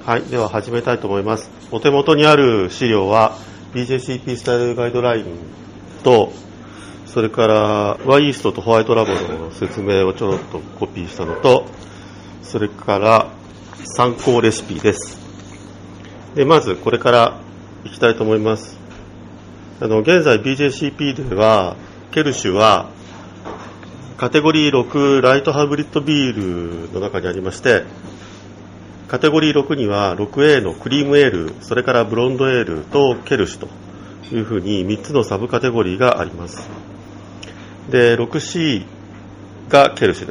はい、では始めたいと思います。お手元にある資料は BJCP スタイルガイドラインと、それからワイイーストとホワイトラボの説明をちょろっとコピーしたのと、それから参考レシピです。で、まずこれからいきたいと思います。現在 BJCP ではケルシュはカテゴリー6ライトハイブリッドビールの中にありまして、カテゴリー6には 6A のクリームエール、それからブロンドエールとケルシュというふうに3つのサブカテゴリーがあります。で、6C がケルシュです。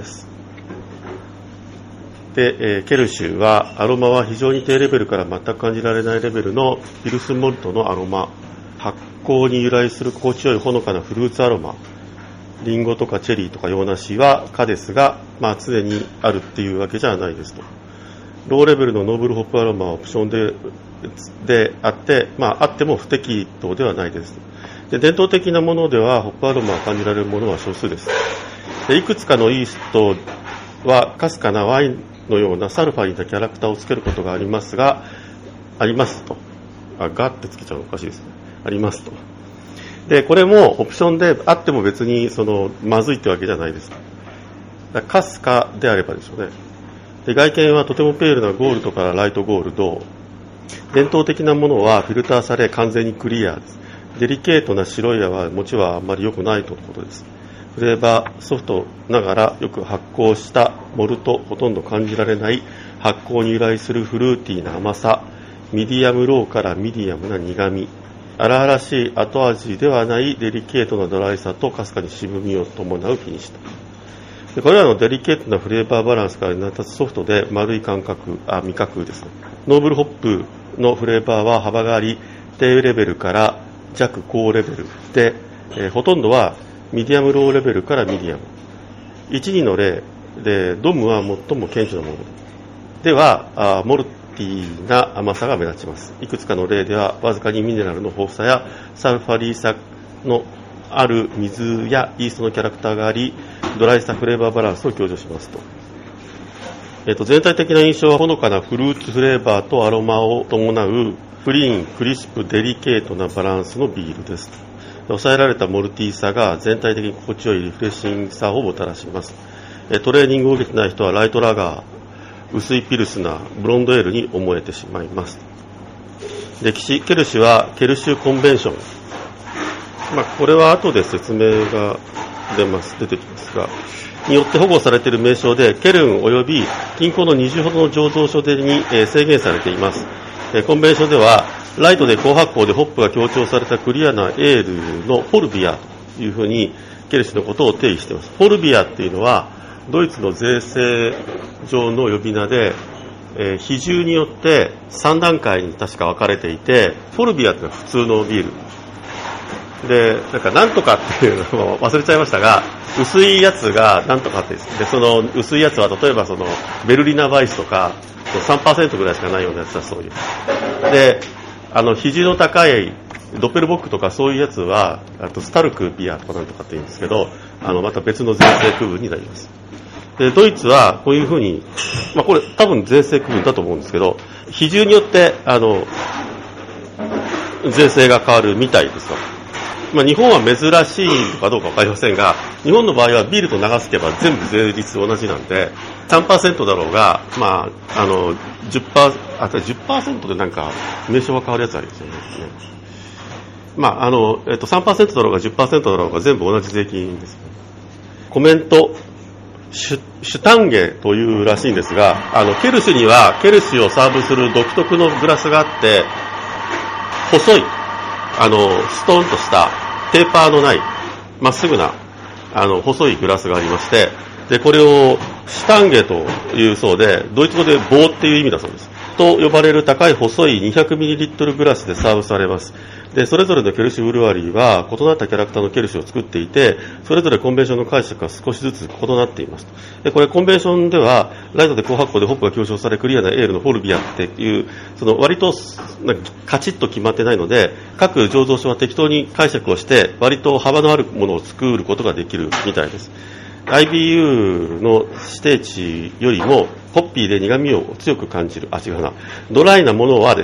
で、ケルシュはアロマは非常に低レベルから全く感じられないレベルのピルスモルトのアロマ、発酵に由来する心地よいほのかなフルーツアロマ、リンゴとかチェリーとか洋梨は可ですが、常にあるっていうわけじゃないですと。ローレベルのノーブルホップアロマはオプションであって、あっても不適当ではないです。で、伝統的なものではホップアロマを感じられるものは少数です。で、いくつかのイーストはかすかなワインのようなサルファインなキャラクターをつけることがありますと。ガってつけちゃうのおかしいですね。ありますと。で、これもオプションであっても別にまずいってわけじゃないです。かすかであればでしょうね。で、外見はとてもペールなゴールドからライトゴールド。伝統的なものはフィルターされ完全にクリアです。デリケートな白い泡は持ちはあんまり良くないということです。フレーバーソフトながらよく発酵したモルト、ほとんど感じられない発酵に由来するフルーティーな甘さ、ミディアムローからミディアムな苦み、荒々しい後味ではないデリケートなドライさとかすかに渋みを伴うフィニッシュと。で、これらのデリケートなフレーバーバランスから成り立つソフトで丸い味覚ですね。ノーブルホップのフレーバーは幅があり、低レベルから弱高レベルで、ほとんどはミディアムローレベルからミディアム。1、2の例で、ドムは最も顕著なものでは、モルティーな甘さが目立ちます。いくつかの例では、わずかにミネラルの豊富さやサルファリーさのある水やイーストのキャラクターがあり、ドライさフレーバーバランスを強調しますと。全体的な印象はほのかなフルーツフレーバーとアロマを伴うクリーン、クリスプ、デリケートなバランスのビールです。抑えられたモルティーさが全体的に心地よいリフレッシングさをもたらします。トレーニングを受けてない人はライトラガー、薄いピルスナー、ブロンドエールに思えてしまいます。歴史、ケルシュはケルシュコンベンション。これは後で説明が出てきますが、によって保護されている名称で、ケルン及び近郊の20ほどの醸造所でに制限されています。コンベンションでは、ライトで高発酵でホップが強調されたクリアなエールのフォルビアというふうにケルシュのことを定義しています。フォルビアっていうのは、ドイツの税制上の呼び名で、比重によって3段階に確か分かれていて、フォルビアっていうのは普通のビール。で、なんとかっていうのを忘れちゃいましたが、薄いやつがなんとかってです。で、その薄いやつは例えばベルリナバイスとか 3% ぐらいしかないようなやつだそういう。で、比重の高いドッペルボックとかそういうやつは、スタルクビアとかなんとかって言うんですけど、また別の税制区分になります。で、ドイツはこういうふうに、これ多分税制区分だと思うんですけど、比重によって、税制が変わるみたいですと。日本は珍しいのかどうかわかりませんが、日本の場合はビールと長すけば全部税率同じなんで、3% だろうが、10% で名称が変わるやつありますよね。3% だろうが 10% だろうが全部同じ税金です。コメント、シュタンゲというらしいんですが、ケルシュにはケルシュをサーブする独特のグラスがあって、細い、ストーンとしたテーパーのない、まっすぐな、細いグラスがありまして、で、これをシュタンゲというそうで、ドイツ語で棒っていう意味だそうです。と呼ばれる高い細い 200ml グラスでサーブされます。で、それぞれのケルシュブルワリーは異なったキャラクターのケルシュを作っていて、それぞれコンベンションの解釈が少しずつ異なっています。で、これコンベンションでは、ライトで高発酵でホップが強調されクリアなエールのフォルビアっていう、割とカチッと決まってないので、各醸造所は適当に解釈をして、割と幅のあるものを作ることができるみたいです。 IBU の指定値よりもホッピーで苦味を強く感じる。違うな。ドライなものは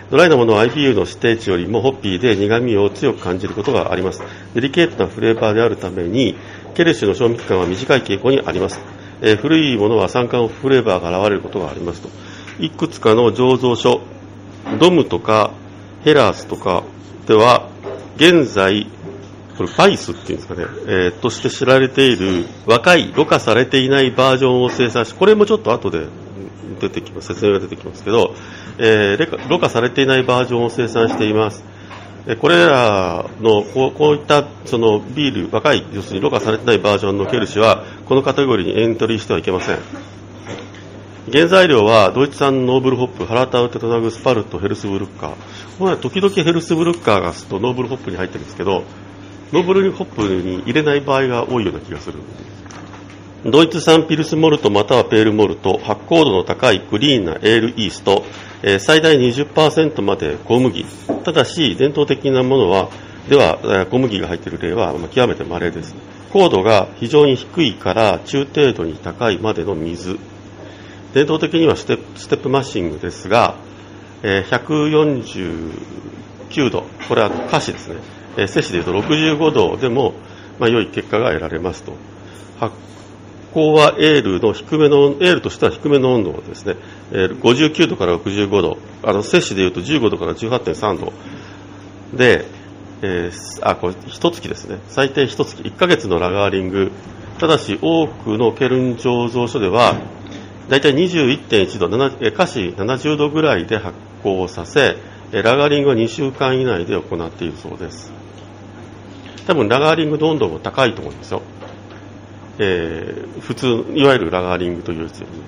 IBU の指定値よりもホッピーで苦味を強く感じることがあります。デリケートなフレーバーであるために、ケルシュの賞味期間は短い傾向にあります。古いものは酸化フレーバーが現れることがありますと。いくつかの醸造所、ドムとかヘラースとかでは、現在、これバイスっていうんですかね、として知られている若いろ過されていないバージョンを生産し、これもちょっと後で出てきます、説明が出てきますけど、ろ過されていないバージョンを生産しています。これらのこういったそのビール、若い、要するにろ過されていないバージョンのケルシュはこのカテゴリーにエントリーしてはいけません。原材料はドイツ産ノーブルホップ、ハラタウテトナグスパルト、ヘルスブルッカー。これは時々ヘルスブルッカーがとノーブルホップに入ってるんですけど、ノーブルホップに入れない場合が多いような気がする。ドイツ産ピルスモルトまたはペールモルト、発酵度の高いクリーンなエールイースト、最大 20% まで小麦。ただし伝統的なものでは小麦が入っている例は極めて稀です。高度が非常に低いから中程度に高いまでの水。伝統的にはステップマッシングですが、149度、これは華氏ですね。摂氏でいうと65度でも、良い結果が得られますと。発酵はエールとしては低めの温度ですね。59度から65度、摂氏でいうと15度から 18.3 度で、これ一月ですね。最低一月、1ヶ月のラガーリング。ただし多くのケルン醸造所ではだいたい 21.1 度、華氏70度ぐらいで発酵させ、ラガーリングは2週間以内で行っているそうです。多分ラガーリングの温度も高いと思うんですよ。普通、いわゆるラガーリングというやつより。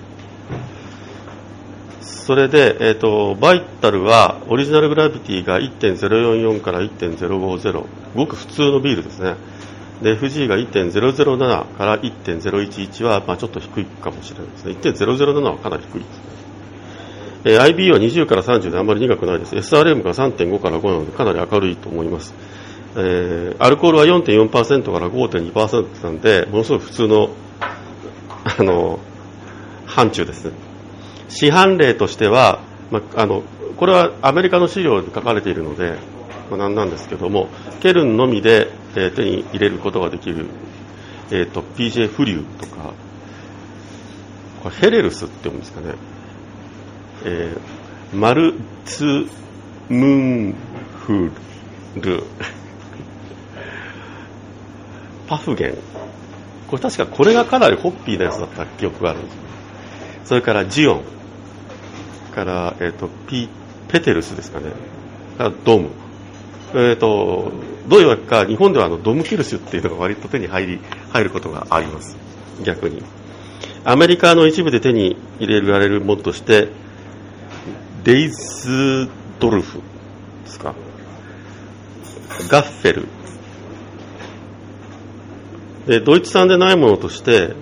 それで、バイタルはオリジナルグラビティが 1.044 から 1.050、ごく普通のビールですね。で、FG が 1.007 から 1.011 は、ちょっと低いかもしれないですね。1.007 はかなり低いですね。IB は20から30であんまり苦くないです。SRM が 3.5 から5なのでかなり明るいと思います。アルコールは 4.4% から 5.2% なんで、ものすごい普通の、範疇ですね。市販例としては、これはアメリカの資料で書かれているので、なんなんですけども、ケルンのみで、手に入れることができる、PJ フリューとか、これヘレルスって読むんですかね。マルツムンフルパフゲン、これ確かこれがかなりホッピーなやつだった記憶があるんです。それからジオンから、ペテルスですかね、からドム、どういうわけか日本ではドムケルシュっていうのが割と手に入ることがあります。逆にアメリカの一部で手に入れられるものとしてレイズドルフですか、ガッフェルで、ドイツ産でないものとして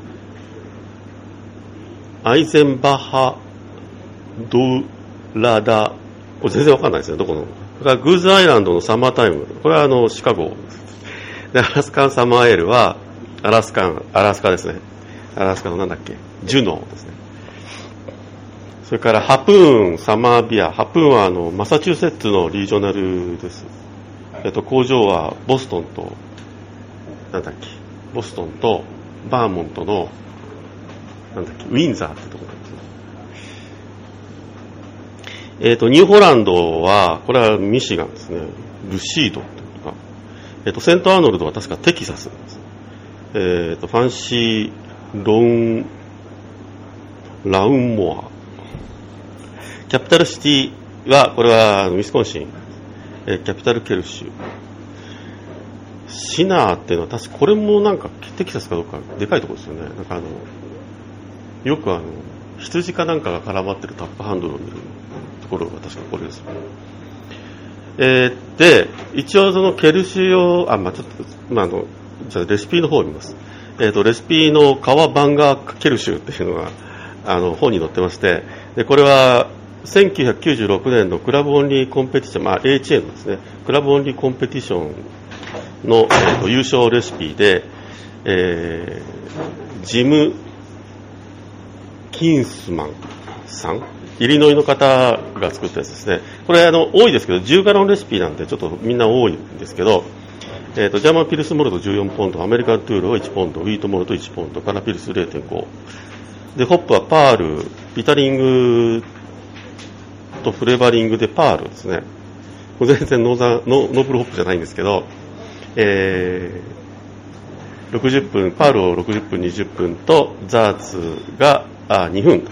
アイゼンバッハドラダ、これ全然わかんないですね、どこの。それからグーズアイランドのサマータイム、これはシカゴで、アラスカンサマーエールはアラスカですね。アラスカのなんだっけ、ジュノーですね。それからハプーンサマービア、ハプーンはマサチューセッツのリージョナルです。工場はボストンとバーモントのウィンザーってところですね。ニューホランドはこれはミシガンですね。ルシードとか、セントアーノルドは確かテキサスです。ファンシーラウンモア、キャピタルシティはこれはウィスコンシン、キャピタルケルシュ、シナーっていうのは確かこれもなんかテキサスかどうかでかいところですよね。なんかよく羊かなんかが絡まってるタップハンドルを見るところが確かこれですよね。で一応そのケルシュ用ちょっとじゃあレシピの方を見ます。レシピのカワバンガーケルシュっていうのが本に載ってまして、でこれは1996年のクラブオンリーコンペティション、AHA のですね、クラブオンリーコンペティションの、優勝レシピで、 ジム・キンスマンさん、イリノイの方が作ったやつですね。これ多いですけど10ガロンレシピなんでちょっとみんな多いんですけど、ジャーマンピルスモルト14ポンド、アメリカントゥールを1ポンド、ウィートモルト1ポンド、カラピルス 0.5 で、ホップはパール、ビタリングとフレーバリングでパールですね。これ全然ノーブルホップじゃないんですけど、60分、パールを60分20分とザーツが2分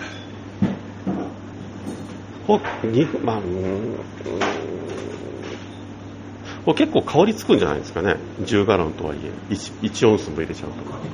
これ結構香りつくんじゃないですかね。10ガロンとはいえ 1オンスも入れちゃう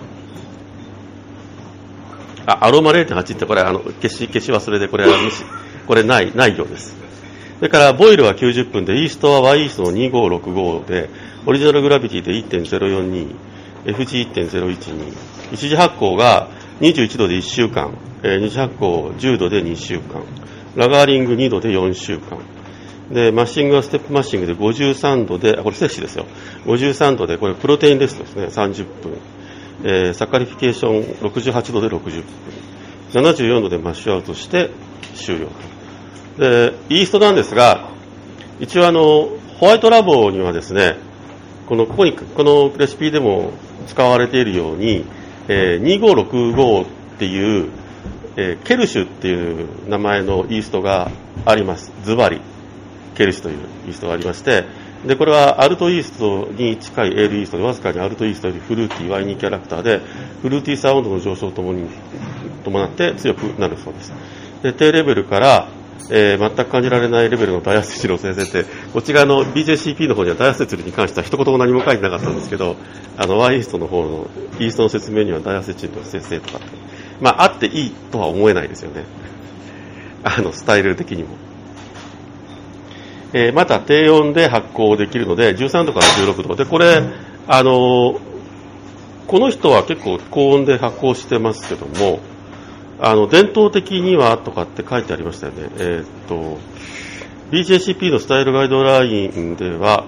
と。アロマ 0.8 ってこれ消し忘れでこれないようです。それからボイルは90分で、イーストは Y イーストの2565で、オリジナルグラビティで 1.042、FG1.012、一次発酵が21度で1週間、二次発酵10度で2週間、ラガーリング2度で4週間で、マッシングはステップマッシングで53度で、これ摂氏ですよ、53度で、これプロテインレストですね、30分、サカリフィケーション68度で60分、74度でマッシュアウトして終了で、イーストなんですが、一応ホワイトラボにはですね、このレシピでも使われているように、2565っていう、ケルシュっていう名前のイーストがあります。ズバリケルシュというイーストがありまして、でこれはアルトイーストに近いエールイーストで、わずかにアルトイーストよりフルーティーワイニーキャラクターで、フルーティーさ温度の上昇ともに伴って強くなるそうです。で低レベルから、全く感じられないレベルのダイアセチルを先生って、こっち側の BJCP の方にはダイアセチルに関しては一言も何も書いてなかったんですけど、ワイイーストの方のイーストの説明にはダイアセチルの先生とかって、あっていいとは思えないですよね。スタイル的にも。また低温で発酵できるので、13度から16度で、これこの人は結構高温で発酵してますけども、伝統的にはとかって書いてありましたよね。BJCP のスタイルガイドラインでは、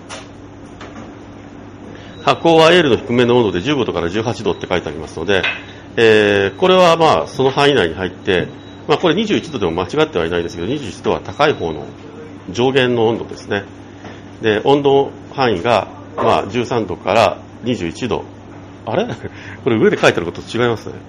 発酵はエールの低めの温度で15度から18度って書いてありますので、これはその範囲内に入って、これ21度でも間違ってはいないですけど、21度は高い方の上限の温度ですね。で温度範囲が、13度から21度。あれこれ上で書いてあることと違いますね。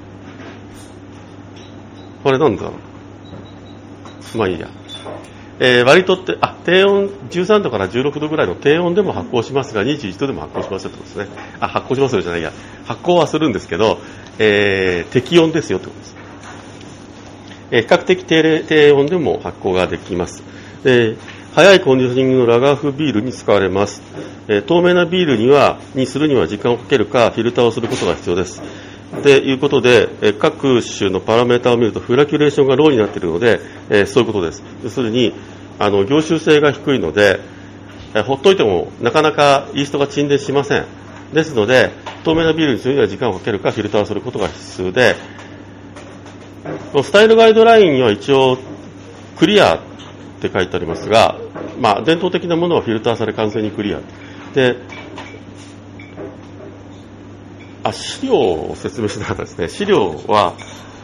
これなんだろう。いいや。割と低温13度から16度ぐらいの低温でも発酵しますが、21度でも発酵しますよってことですね。発酵しますよじゃないや。発酵はするんですけど、適温ですよってことです。比較的低温でも発酵ができます。早いコンディショニングのラガー風ビールに使われます。透明なビールにするには時間をかけるかフィルターをすることが必要です。ということで、各種のパラメータを見るとフラキュレーションがローになっているので、そういうことです。要するに凝集性が低いので、ほっといてもなかなかイーストが沈殿しません。ですので、透明なビールにするには時間をかけるかフィルターをすることが必須で、スタイルガイドラインには一応クリアって書いてありますが、伝統的なものはフィルターされ完全にクリアで、資料を説明しなかったですね。資料は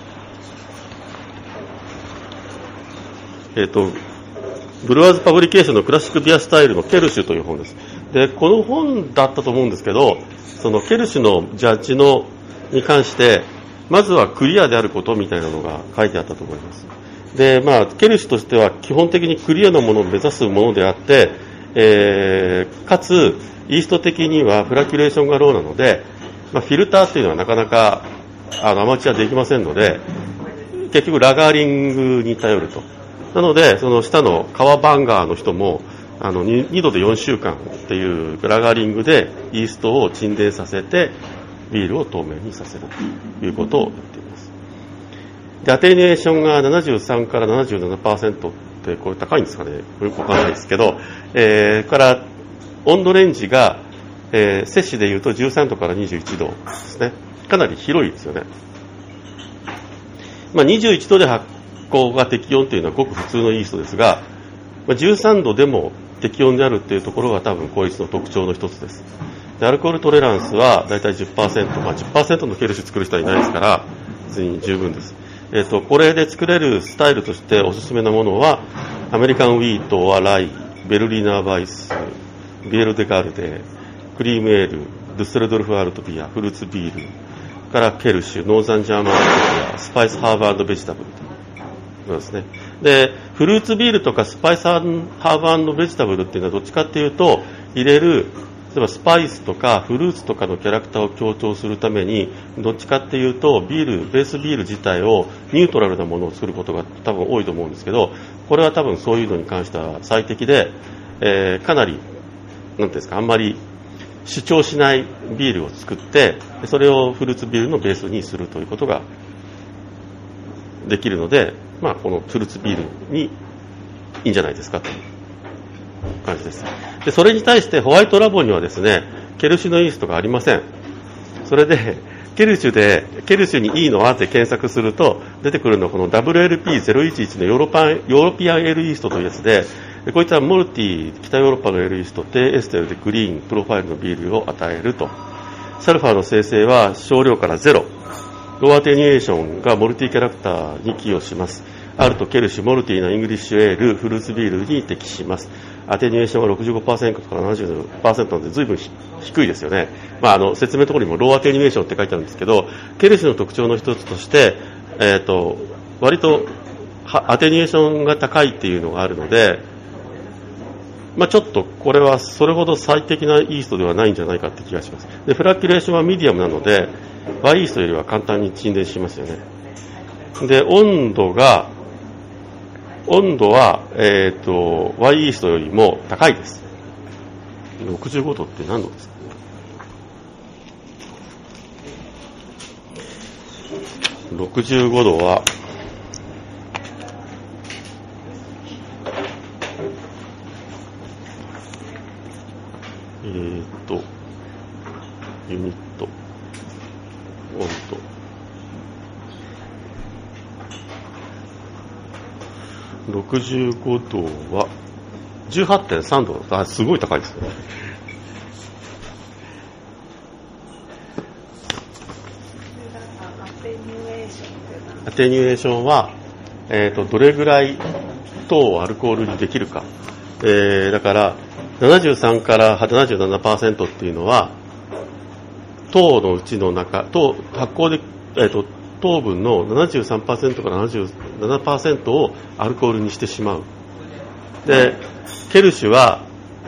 ブルワーズパブリケーションのクラシックビアスタイルのケルシュという本です。でこの本だったと思うんですけど、そのケルシュのジャッジに関してまずはクリアであることみたいなのが書いてあったと思います。でケルシュとしては基本的にクリアなものを目指すものであって、かつイースト的にはフラキュレーションがローなので、フィルターっていうのはなかなかアマチュアできませんので、結局ラガーリングに頼ると。なのでその下の革バンガーの人も2度で4週間っていうラガーリングでイーストを沈殿させてビールを透明にさせるということをやっています。でアテニエーションが73から 77% ってこれ高いんですかね、よくわかんないですけど、から温度レンジが摂氏でいうと13度から21度ですね。かなり広いですよね。21度で発酵が適温というのはごく普通のイーストですが、13度でも適温であるというところが多分こいつの特徴の一つです。 でアルコールトレランスはだいたい 10%、10% のケルシュ作る人はいないですから別に十分です。これで作れるスタイルとしておすすめなものはアメリカンウィートはライ、ベルリナーバイス、ビエルデガルデ、クリームエール、ドゥッセルドルフアルトビア、フルーツビールからケルシュ、ノーザンジャーマンアルトビア、スパイスハーブ&ベジタブルそうですね。でフルーツビールとかスパイスハーブ&ベジタブルっていうのはどっちかっていうと入れる例えばスパイスとかフルーツとかのキャラクターを強調するためにどっちかっていうとベースビール自体をニュートラルなものを作ることが多分多いと思うんですけど、これは多分そういうのに関しては最適で、かなりなんていうんですか、あんまり主張しないビールを作ってそれをフルーツビールのベースにするということができるので、このフルーツビールにいいんじゃないですかという感じです。でそれに対してホワイトラボにはですねケルシュのイーストがありません。それでケルシュにいいのはって検索すると出てくるのはこの WLP011 のヨーロピアンエールイーストというやつで、こいつはモルティ北ヨーロッパのエールイースト低エステルでグリーンプロファイルのビールを与えると。サルファーの生成は少量からゼロ、ローアテニュエーションがモルティキャラクターに寄与します。アルト、ケルシュ、モルティのイングリッシュエール、フルーツビールに適します。アテニュエーションは 65% から 70% なので随分低いですよね。説明のところにもローアテニュエーションって書いてあるんですけど、ケルシュの特徴の一つとして、割とアテニュエーションが高いっていうのがあるので、ちょっとこれはそれほど最適なイーストではないんじゃないかって気がします。でフラキュレーションはミディアムなのでワイイーストよりは簡単に沈殿しますよね。で温度は、ワイイーストよりも高いです。65度って何度ですか。65度はユニット温度65度は 18.3 度。すごい高いですね。アテニュエーションは、どれぐらい糖をアルコールにできるか、だから73から77% っていうのは糖のうちの発酵で、糖分の 73% から 77% をアルコールにしてしまう。でケルシュは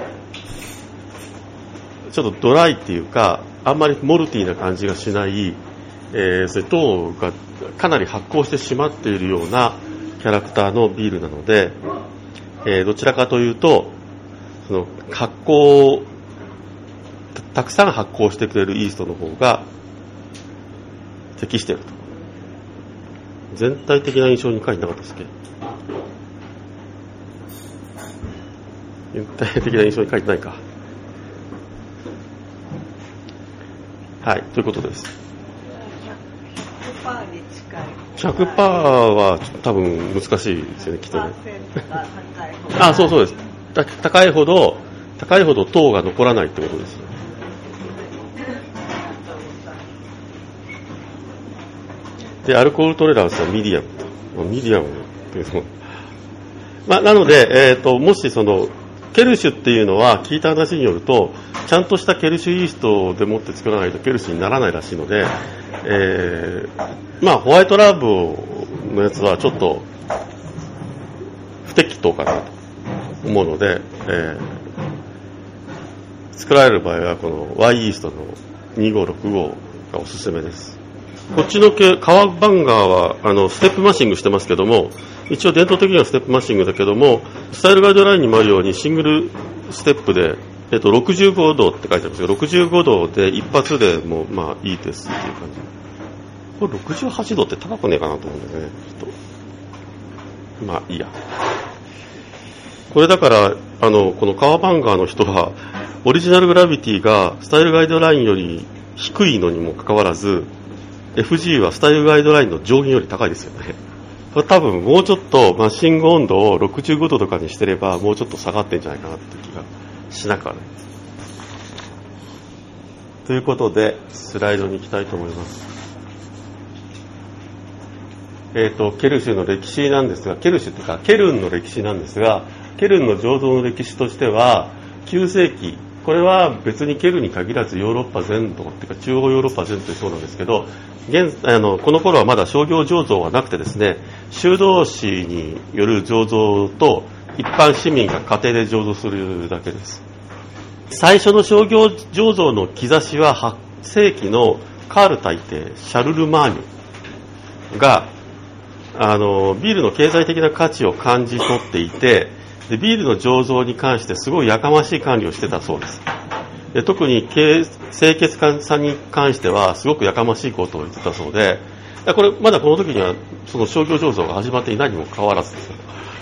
ちょっとドライっていうかあんまりモルティーな感じがしない、糖がかなり発酵してしまっているようなキャラクターのビールなので、どちらかというとそのたくさん発酵してくれるイーストの方が適していると。全体的な印象に書いてなかったですっけ。全体的な印象に書いてないか。はい、ということです。 100% に近い。 100% は多分難しいですよね、きっとね。そうです。高いほど糖が残らないってことですよ。でアルコールトレランスはミディアムっていうの、なので、もしそのケルシュっていうのは聞いた話によるとちゃんとしたケルシュイーストでもって作らないとケルシュにならないらしいので、ホワイトラブのやつはちょっと不適当かなと思うので、作られる場合はこの Y イーストの2565がおすすめです。こっちのカワバンガーはステップマッシングしてますけども、一応伝統的にはステップマッシングだけどもスタイルガイドラインにもあるようにシングルステップで、65度って書いてありますけど65度で一発でもいいですっていう感じ。これ68度って高くねえかなと思うんだよね。いいや。これだからこのカワバンガーの人はオリジナルグラビティがスタイルガイドラインより低いのにもかかわらず FG はスタイルガイドラインの上限より高いですよね。これ多分もうちょっとマッシング温度を65度とかにしてればもうちょっと下がってんじゃないかなって気がしなくはない。 ということでスライドに行きたいと思います。ケルシュの歴史なんですが、ケルシュというかケルンの歴史なんですが、ケルンの醸造の歴史としては9世紀、これは別にケルンに限らずヨーロッパ全土っていうか中央ヨーロッパ全土でそうなんですけど、この頃はまだ商業醸造はなくてですね、修道士による醸造と一般市民が家庭で醸造するだけです。最初の商業醸造の兆しは8世紀のカール大帝シャルル・マーニュがビールの経済的な価値を感じ取っていて、でビールの醸造に関してすごいやかましい管理をしてたそうです。で特に清潔さに関してはすごくやかましいことを言ってたそうで、これまだこの時にはその商業醸造が始まっていないにもかかわらずですよ。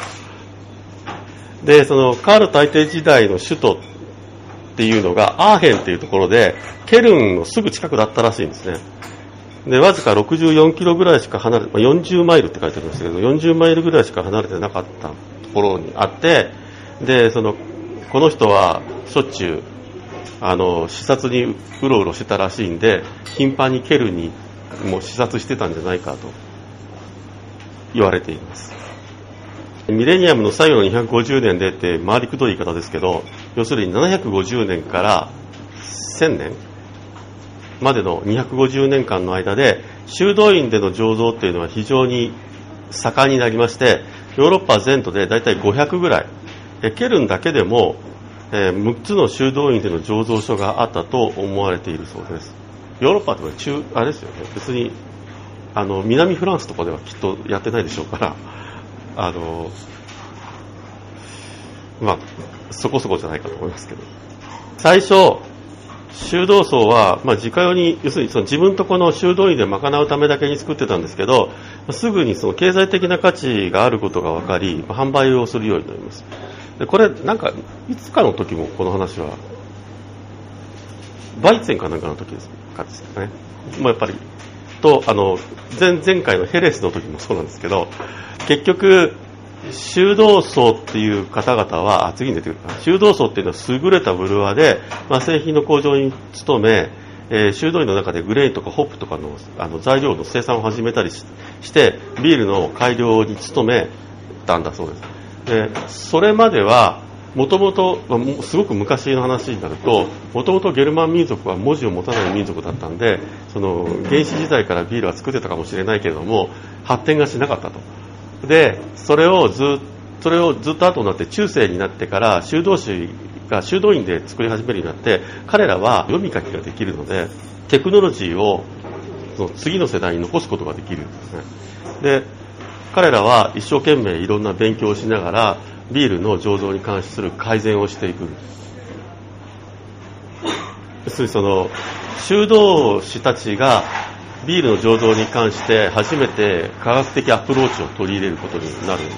でそのカール大帝時代の首都っていうのがアーヘンっていうところでケルンのすぐ近くだったらしいんですね。でわずか64キロぐらいしか離れて、40マイルって書いてありましたけど、40マイルぐらいしか離れてなかったところにあって、でこの人はしょっちゅう視察にうろうろしてたらしいんで、頻繁にケルンにも視察してたんじゃないかと言われています。ミレニアムの最後の250年でって回りくどい言い方ですけど、要するに750年から1000年までの250年間の間で修道院での醸造っていうのは非常に盛んになりまして、ヨーロッパ全土でだいたい500ぐらい、ケルンだけでも6つの修道院での醸造所があったと思われているそうです。ヨーロッパとかあれですよね、別に南フランスとかではきっとやってないでしょうから、そこそこじゃないかと思いますけど、最初修道僧は、自家用に、要するに自分とこの修道院で賄うためだけに作ってたんですけど、すぐにその経済的な価値があることが分かり、販売をするようになります。でこれなんかいつかの時もこの話はバイツェンかなんかの時ですかね。もうやっぱりと前回のヘレスの時もそうなんですけど、結局修道僧っていう方々は次に出てくるかな。修道僧っていうのは優れたブルワーで、製品の工場に勤め、修道院の中でグレインとかホップとかの材料の生産を始めたりしてビールの改良に努めたんだそうです。でそれまではもともとすごく昔の話になると、もともとゲルマン民族は文字を持たない民族だったんで、その原始時代からビールは作ってたかもしれないけれども発展がしなかったと。でそれをずっと後になって中世になってから修道士が修道院で作り始めるようになって、彼らは読み書きができるのでテクノロジーをその次の世代に残すことができるんですね。で彼らは一生懸命いろんな勉強をしながらビールの醸造に関する改善をしていく。要するにその修道士たちがビールの醸造に関して初めて科学的アプローチを取り入れることになるん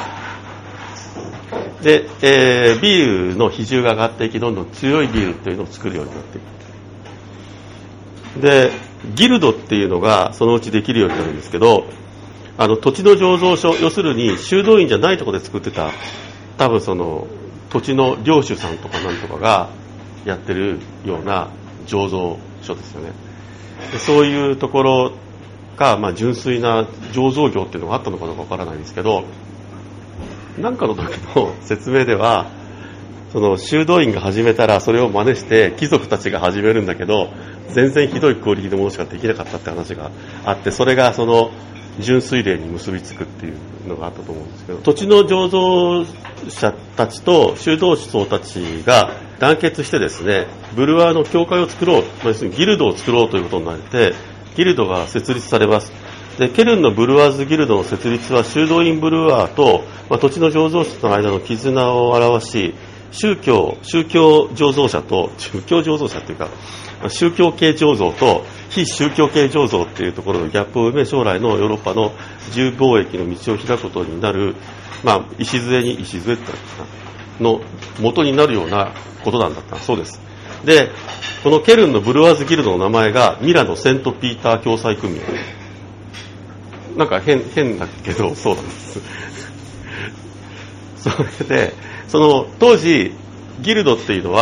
です。で、ビールの比重が上がっていき、どんどん強いビールというのを作るようになっていく。でギルドっていうのがそのうちできるようになるんですけど、土地の醸造所、要するに修道院じゃないところで作ってた、多分その土地の領主さんとかなんとかがやってるような醸造所ですよね。でそういうところが、純粋な醸造業っていうのがあったのかどうかわからないんですけど、なんかの時の説明では、その修道院が始めたらそれを真似して貴族たちが始めるんだけど、全然ひどいクオリティのものしかできなかったって話があって、それがその純粋霊に結びつくっていうのがあったと思うんですけど、土地の醸造者たちと修道僧たちが団結してですね、ブルワーの協会を作ろう、要するにギルドを作ろうということになってギルドが設立されます。でケルンのブルワーズギルドの設立は修道院ブルワーと、土地の醸造者との間の絆を表し、宗教醸造者と宗教醸造者というか宗教系醸造と非宗教系醸造っていうところのギャップを埋め、将来のヨーロッパの自由貿易の道を開くことになる、礎って言ったらの元になるようなことなんだったそうです。でこのケルンのブルワーズギルドの名前がミラノセントピーター共済組合。なんか変だけどそうなんですそれでその当時ギルドっていうのは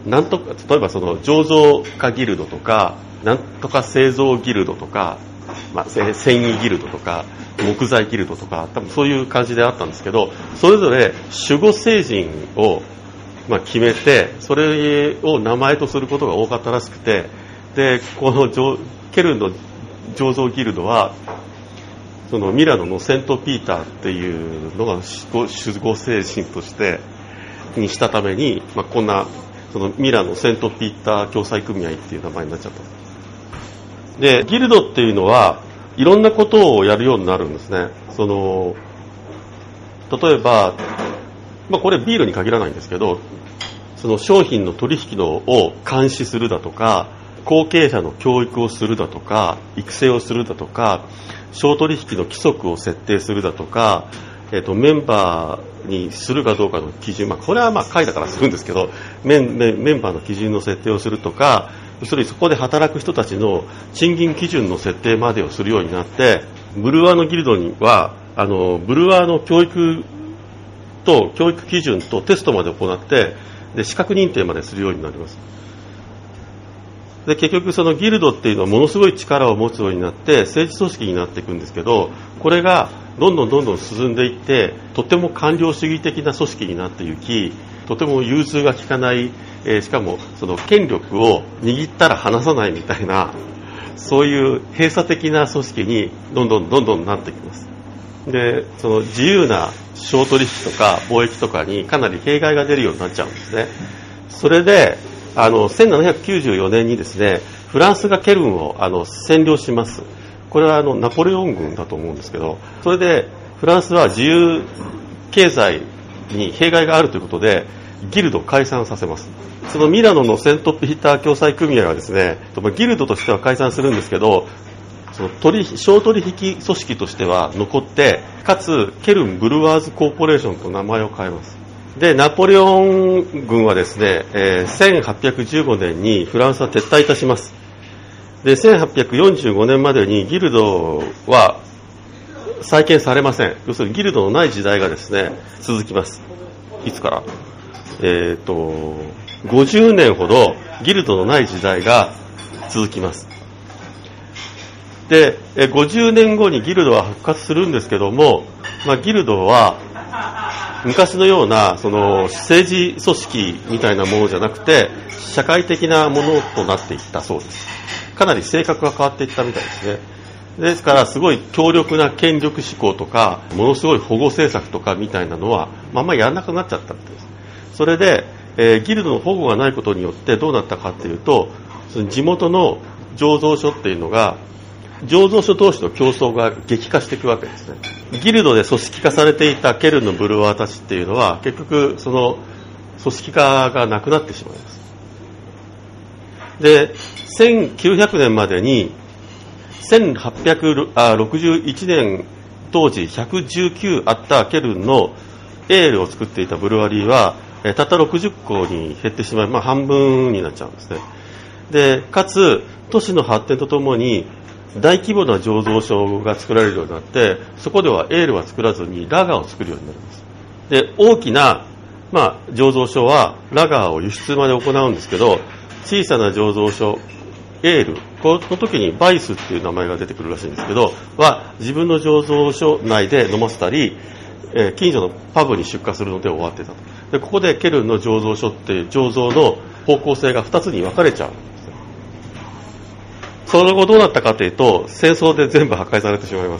なんとか、例えばその醸造家ギルドとか、なんとか製造ギルドとか、繊維ギルドとか、木材ギルドとか、多分そういう感じであったんですけど、それぞれ守護聖人を決めて、それを名前とすることが多かったらしくて、で、このケルンの醸造ギルドは、そのミラノのセントピーターっていうのが守護聖人としてにしたために、こんなそのミラノセントピーター共済組合っていう名前になっちゃった。で、ギルドっていうのはいろんなことをやるようになるんですね。その例えば、これビールに限らないんですけど、その商品の取引を監視するだとか、後継者の教育をするだとか、育成をするだとか、商取引の規則を設定するだとか、メンバーにするかどうかの基準、これは会だからするんですけど、メンバーの基準の設定をするとか、要するにそこで働く人たちの賃金基準の設定までをするようになって、ブルワーのギルドにはブルワーの教育基準とテストまで行って、で資格認定までするようになります。で、結局そのギルドっていうのはものすごい力を持つようになって政治組織になっていくんですけど、これがどんどん進んでいって、とても官僚主義的な組織になっていき、とても融通が利かない、しかもその権力を握ったら離さないみたいな、そういう閉鎖的な組織にどんどんなってきます。で、その自由な商取引とか貿易とかにかなり弊害が出るようになっちゃうんですね。それで1794年にですね、フランスがケルンを占領します。これはナポレオン軍だと思うんですけど、それでフランスは自由経済に弊害があるということでギルドを解散させます。そのミラノのセントピーター共済組合はですね、ギルドとしては解散するんですけど、その商取引組織としては残って、かつケルンブルワーズコーポレーションと名前を変えます。で、ナポレオン軍はですね、1815年にフランスは撤退いたします。で、1845年までにギルドは再建されません。要するにギルドのない時代がですね、続きます。いつから？50年ほどギルドのない時代が続きます。で、50年後にギルドは復活するんですけども、ギルドは昔のようなその政治組織みたいなものじゃなくて社会的なものとなっていったそうです。かなり性格が変わっていったみたいですね。ですからすごい強力な権力志向とかものすごい保護政策とかみたいなのはやらなくなっちゃったみたいです。それで、ギルドの保護がないことによってどうなったかっていうと、その地元の醸造所っていうのが醸造所同士の競争が激化していくわけですね。ギルドで組織化されていたケルンのブルワーたちっていうのは結局その組織化がなくなってしまいます。で、1900年までに1861年当時119あったケルンのエールを作っていたブルワリーはたった60個に減ってしまい、半分になっちゃうんですね。で、かつ都市の発展とともに大規模な醸造所が作られるようになって、そこではエールは作らずにラガーを作るようになります。で、大きな、醸造所はラガーを輸出まで行うんですけど、小さな醸造所、エール、この時にバイスっていう名前が出てくるらしいんですけど、は自分の醸造所内で飲ませたり、近所のパブに出荷するので終わってたと。で、ここでケルンの醸造所って醸造の方向性が2つに分かれちゃう。その後どうなったかというと、戦争で全部破壊されてしまいます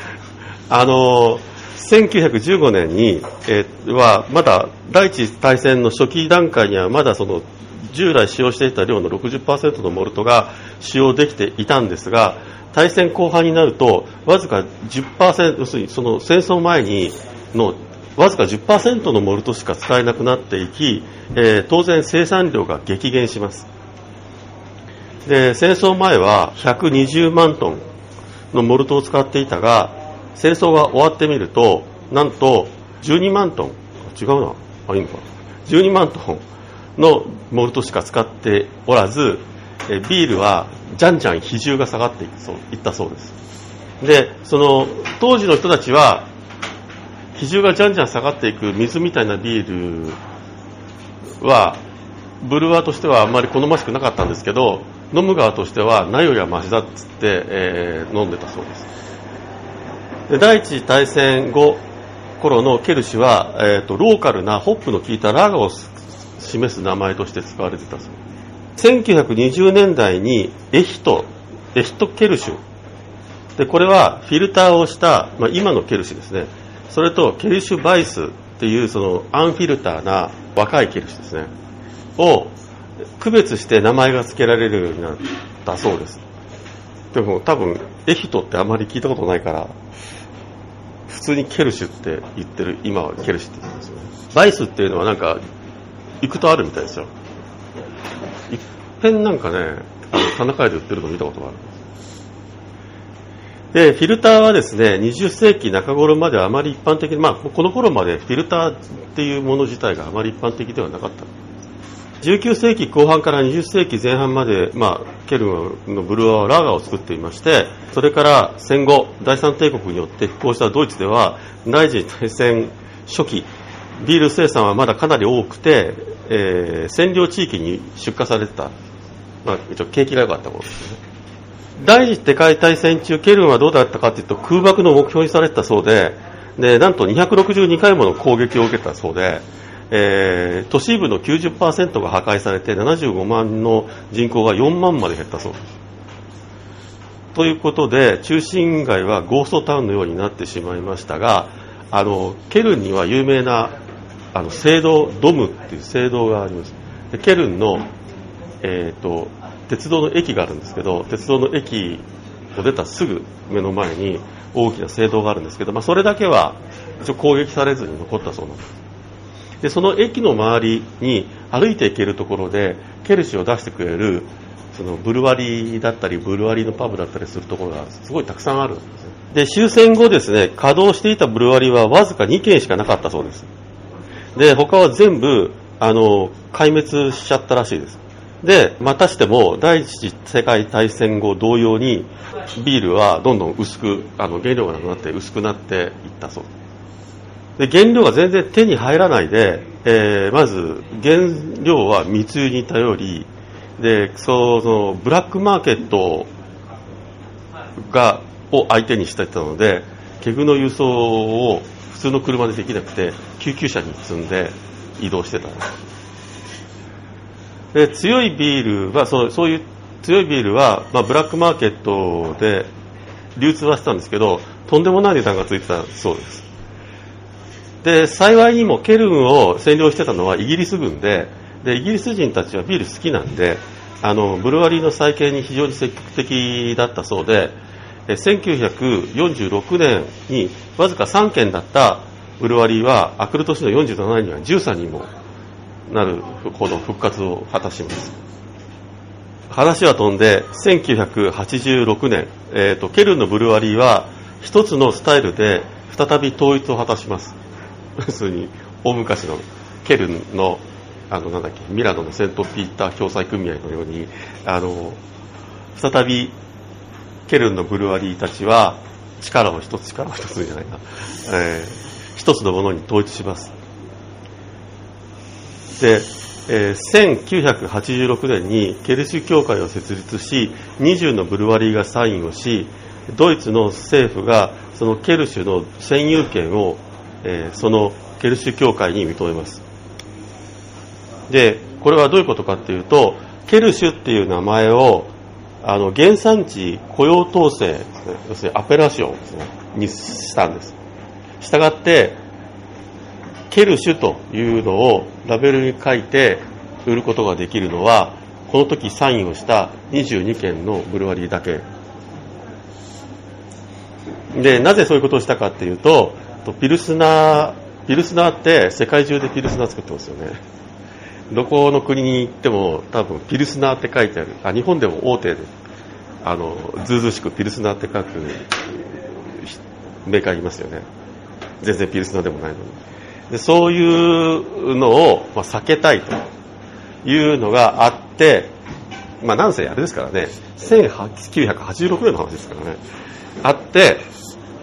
。1915年に、はまだ第一次大戦の初期段階にはまだその従来使用していた量の 60% のモルトが使用できていたんですが、大戦後半になるとわずか 10%、要するにその戦争前にのわずか 10% のモルトしか使えなくなっていき、当然生産量が激減します。で、戦争前は120万トンのモルトを使っていたが、戦争が終わってみるとなんと12万トン、違うな、いいのか、12万トンのモルトしか使っておらず、ビールはじゃんじゃん比重が下がっていったそうです。で、その当時の人たちは比重がじゃんじゃん下がっていく水みたいなビールはブルワーとしてはあんまり好ましくなかったんですけど、飲む側としてはないよりはマシだっつって、飲んでたそうです。で、第一次大戦後頃のケルシュは、ローカルなホップの効いたラガーを示す名前として使われてたそうです。1920年代にエヒトケルシュで、これはフィルターをした、今のケルシュですね。それとケルシュバイスっていうそのアンフィルターな若いケルシュですねを区別して名前が付けられるようになったそうです。でも多分エヒトってあまり聞いたことないから普通にケルシュって言ってる。今はケルシュって言ってますよね。バイスっていうのはなんか行くとあるみたいですよ。一遍なんかね、田中屋で売ってるの見たことがある。で、フィルターはですね、20世紀中頃まではあまり一般的に、この頃までフィルターっていうもの自体があまり一般的ではなかった。19世紀後半から20世紀前半まで、ケルンのブルワーはラガーを作っていまして、それから戦後、第三帝国によって復興したドイツでは、第一次大戦初期、ビール生産はまだかなり多くて、占領地域に出荷されてた。一応景気が良かったものですね。第一次世界大戦中、ケルンはどうだったかというと、空爆の目標にされてたそうで、なんと262回もの攻撃を受けたそうで、都市部の 90% が破壊されて、75万の人口が4万まで減ったそうです。ということで、中心街はゴーストタウンのようになってしまいましたが、ケルンには有名な聖堂ドムっていう聖堂があります。でケルンの、鉄道の駅があるんですけど、鉄道の駅を出たすぐ目の前に大きな聖堂があるんですけど、それだけは一応攻撃されずに残ったそうなんです。で、その駅の周りに歩いて行けるところでケルシュを出してくれるそのブルワリーだったりブルワリーのパブだったりするところがすごいたくさんあるんですね。で、終戦後ですね、稼働していたブルワリーはわずか2軒しかなかったそうです。で、他は全部壊滅しちゃったらしいです。で、またしても第一次世界大戦後同様にビールはどんどん薄く原料がなくなって薄くなっていったそうで、原料が全然手に入らないで、まず原料は密輸に頼りで、そのブラックマーケットを相手にしていたので、ケグの輸送を普通の車でできなくて救急車に積んで移動してたんです。で、強いビールはそういう強いビールは、ブラックマーケットで流通はしてたんですけど、とんでもない値段がついてたそうです。で、幸いにもケルンを占領してたのはイギリス軍で、イギリス人たちはビール好きなんで、ブルワリーの再建に非常に積極的だったそうで、1946年にわずか3軒だったブルワリーは明くる年の47年には13にもなるほど復活を果たします。話は飛んで1986年、ケルンのブルワリーは一つのスタイルで再び統一を果たします。要するに大昔のケルンのミラノのセントピーター共済組合のように再びケルンのブルワリーたちは力を一つじゃないな、一つのものに統一します。で、1986年にケルシュ協会を設立し、20のブルワリーがサインをし、ドイツの政府がそのケルシュの占有権を、そのケルシュ協会に認めます。で、これはどういうことかっていうと、ケルシュっていう名前を原産地雇用統制、要するにアペラションですね、にしたんです。したがってケルシュというのをラベルに書いて売ることができるのは、この時サインをした22件のブルワリーだけで、なぜそういうことをしたかっていうと、ピルスナーって世界中でピルスナー作ってますよね。どこの国に行っても多分ピルスナーって書いてある。日本でも大手でずうずうしくピルスナーって書くメーカーいますよね。全然ピルスナーでもないのに。で、そういうのを、避けたいというのがあって、なんせあれですからね、1986年の話ですからね、あって、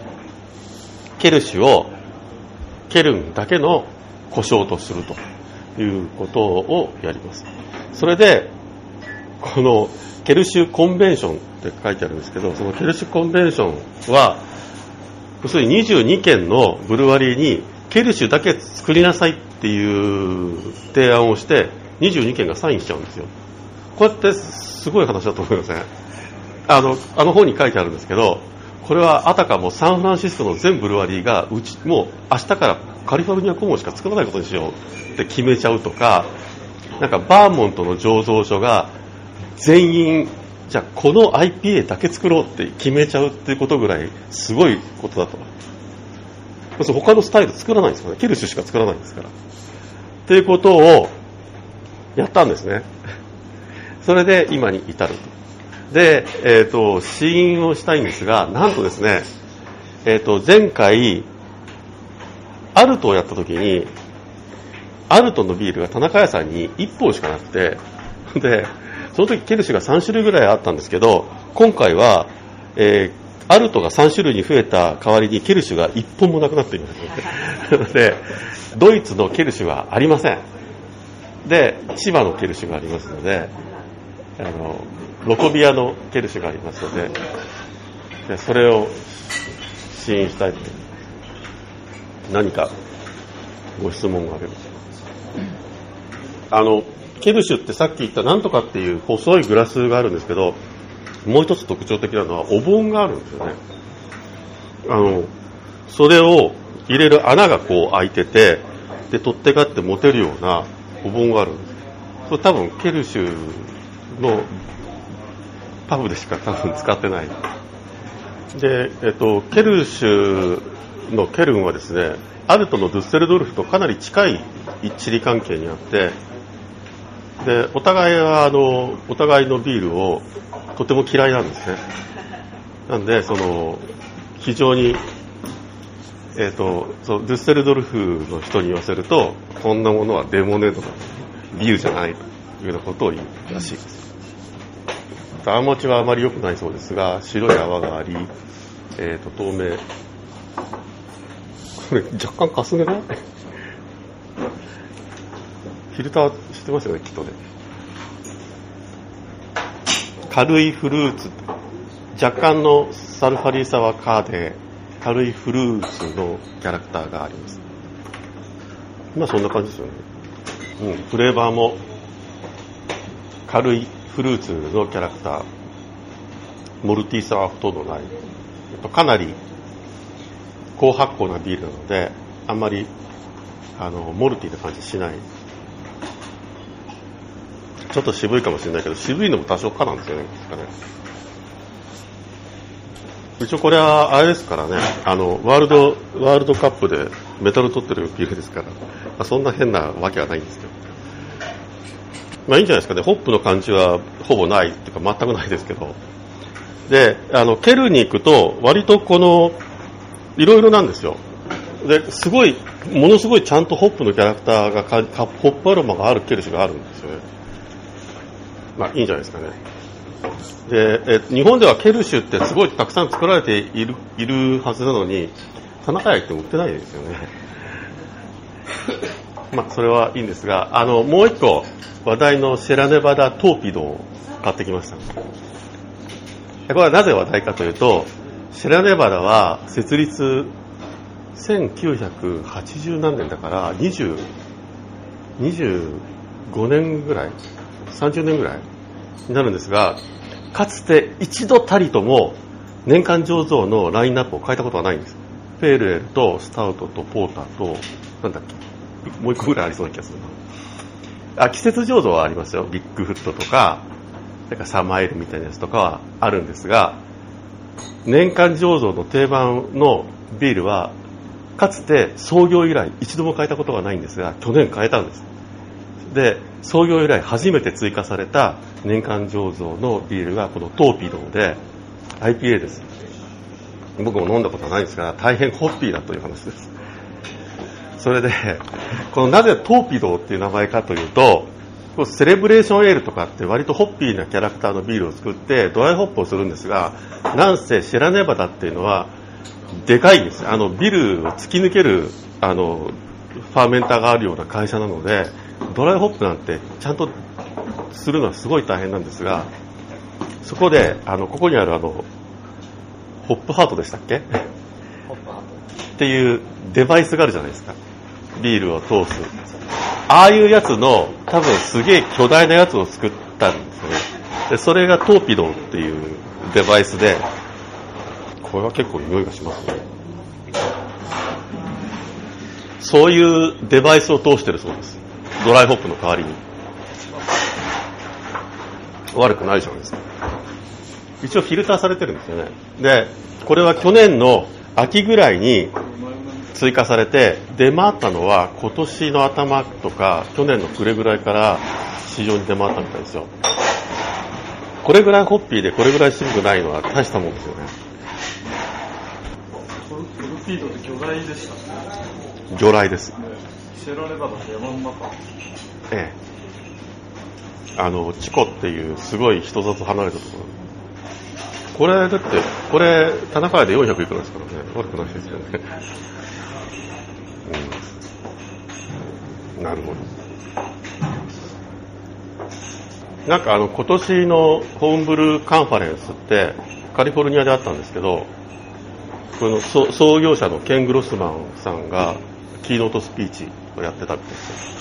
ケルシュをケルンだけの呼称とするということをやります。それでこのケルシュコンベンションって書いてあるんですけど、そのケルシュコンベンションは要するに22件のブルワリーにケルシュだけ作りなさいっていう提案をして22件がサインしちゃうんですよ。こうやってすごい話だと思いません？あの本に書いてあるんですけど、これはあたかもサンフランシスコの全ブルワリーがもう明日からカリフォルニアコモンしか作らないことにしようって決めちゃうとか、なんかバーモントの醸造所が全員じゃあこの IPA だけ作ろうって決めちゃうっていうことぐらいすごいことだと。他のスタイル作らないんですよね。ケルシュしか作らないんですからっていうことをやったんですね。それで今に至ると。で、試飲をしたいんですが、なんとですね、前回アルトをやった時にアルトのビールが田中屋さんに1本しかなくて、でその時ケルシュが3種類ぐらいあったんですけど、今回は、アルトが3種類に増えた代わりにケルシュが1本もなくなっていますので、ドイツのケルシュはありません。で、千葉のケルシュがありますので、ロコビアのケルシュがありますので、それを試飲したいと思います。何かご質問があれば。ケルシュってさっき言ったなんとかっていう細いグラスがあるんですけど、もう一つ特徴的なのはお盆があるんですよね。それを入れる穴がこう開いてて、で取っ手があって持てるようなお盆があるんです。それ多分ケルシュのパブでしか多分使ってない。で、ケルシュのケルンはですね、アルトのドゥッセルドルフとかなり近い地理関係にあって、でお互いはお互いのビールをとても嫌いなんですね。なんで非常にドゥッセルドルフの人に言わせると、こんなものはレモネードだ、ビールじゃないというようなことを言うらしいです。泡持ちはあまり良くないそうですが、白い泡があり、透明、これ若干かすげないフィルターしてますよね、きっとね。軽いフルーツ、若干のサルファリーサワーカーで軽いフルーツのキャラクターがあります。今そんな感じですよね。フレーバーも軽いフルーツのキャラクター、モルティーさはほとんどない。かなり高発酵なビールなので、あんまりモルティーな感じしない。ちょっと渋いかもしれないけど、渋いのも多少かなんですよね。一応これはあれですからね、ワールドカップでメダル取ってるビールですから、そんな変なわけはないんですけど、いいんじゃないですかね。ホップの感じはほぼないっていうか全くないですけど、でケルに行くと割といろいろなんですよ。ですごいものすごいちゃんとホップのキャラクターがホップアロマがあるケルシュがあるんですよね。いいんじゃないですかね。で日本ではケルシュってすごいたくさん作られているはずなのに、田中屋行っても売ってないですよね。それはいいんですが、もう一個話題のシェラネバダトーピドを買ってきました。これはなぜ話題かというと、シェラネバダは設立1980何年だから25年ぐらい、30年ぐらいになるんですが、かつて一度たりとも年間醸造のラインナップを変えたことはないんです。ペールエールとスタウトとポーターとなんだっけ、もう一個ぐらいありそうな気がするな。季節醸造はありますよ。ビッグフットとかサマーエールみたいなやつとかはあるんですが、年間醸造の定番のビールはかつて創業以来一度も変えたことがないんですが、去年変えたんです。で創業以来初めて追加された年間醸造のビールがこのトーピドーで IPA です。僕も飲んだことはないんですが、大変ホッピーだという話です。それでなぜトーピドーっていう名前かというと、セレブレーションエールとかって割とホッピーなキャラクターのビールを作ってドライホップをするんですが、なんせシェラネバダっていうのはでかいんです。ビルを突き抜けるファーメンターがあるような会社なので、 ドライホップなんてちゃんとするのはすごい大変なんですが、そこでここにあるホップハートでしたっけっていうデバイスがあるじゃないですか。ビールを通す。ああいうやつの多分すげえ巨大なやつを作ったんですよね。でそれがトーピドーっていうデバイスで、これは結構匂いがしますね。そういうデバイスを通してるそうです。ドライホップの代わりに。悪くないじゃないですか。一応フィルターされてるんですよね。で、これは去年の秋ぐらいに追加されて、出回ったのは今年の頭とか去年の暮れぐらいから市場に出回ったみたいですよ。これぐらいホッピーでこれぐらい渋くないのは大したもんですよね。 トルピードって魚雷でしたね。 魚雷です。 シェラレバだと山の中。 ええ。チコっていうすごい人里離れたところ。これだって、これ田中屋で400いくらですからね。悪くないですよね。なるほど。なんか今年のホームブルーカンファレンスってカリフォルニアであったんですけど、この創業者のケン・グロスマンさんがキーノートスピーチをやってたみたい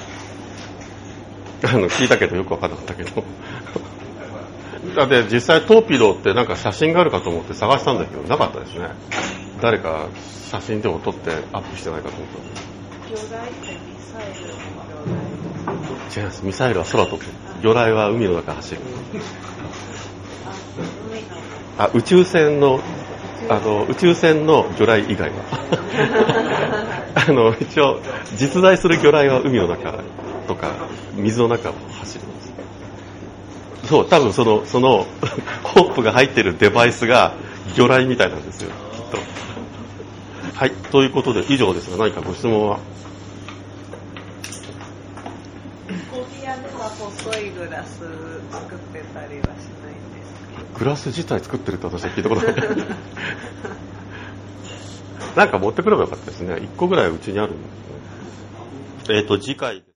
ですよ。聞いたけどよく分からなかったけど。だって実際トーピドーってなんか写真があるかと思って探したんだけどなかったですね。誰か写真でも撮ってアップしてないかと思った。 魚雷ってミサイルの魚雷？ 違います。ミサイルは空飛ぶ。魚雷は海の中走る。宇宙船の宇宙船の魚雷以外は一応実在する魚雷は海の中とか水の中を走ります。そう、多分そのホップが入ってるデバイスが魚雷みたいなんですよ、きっと。はい、ということで以上ですが、何かご質問は？ コーヒー屋では細いグラス作ってたりはしないんですか？ グラス自体作ってるって私は聞いたことない。なんか持ってくればよかったですね。1個ぐらいうちにあるんですね。次回。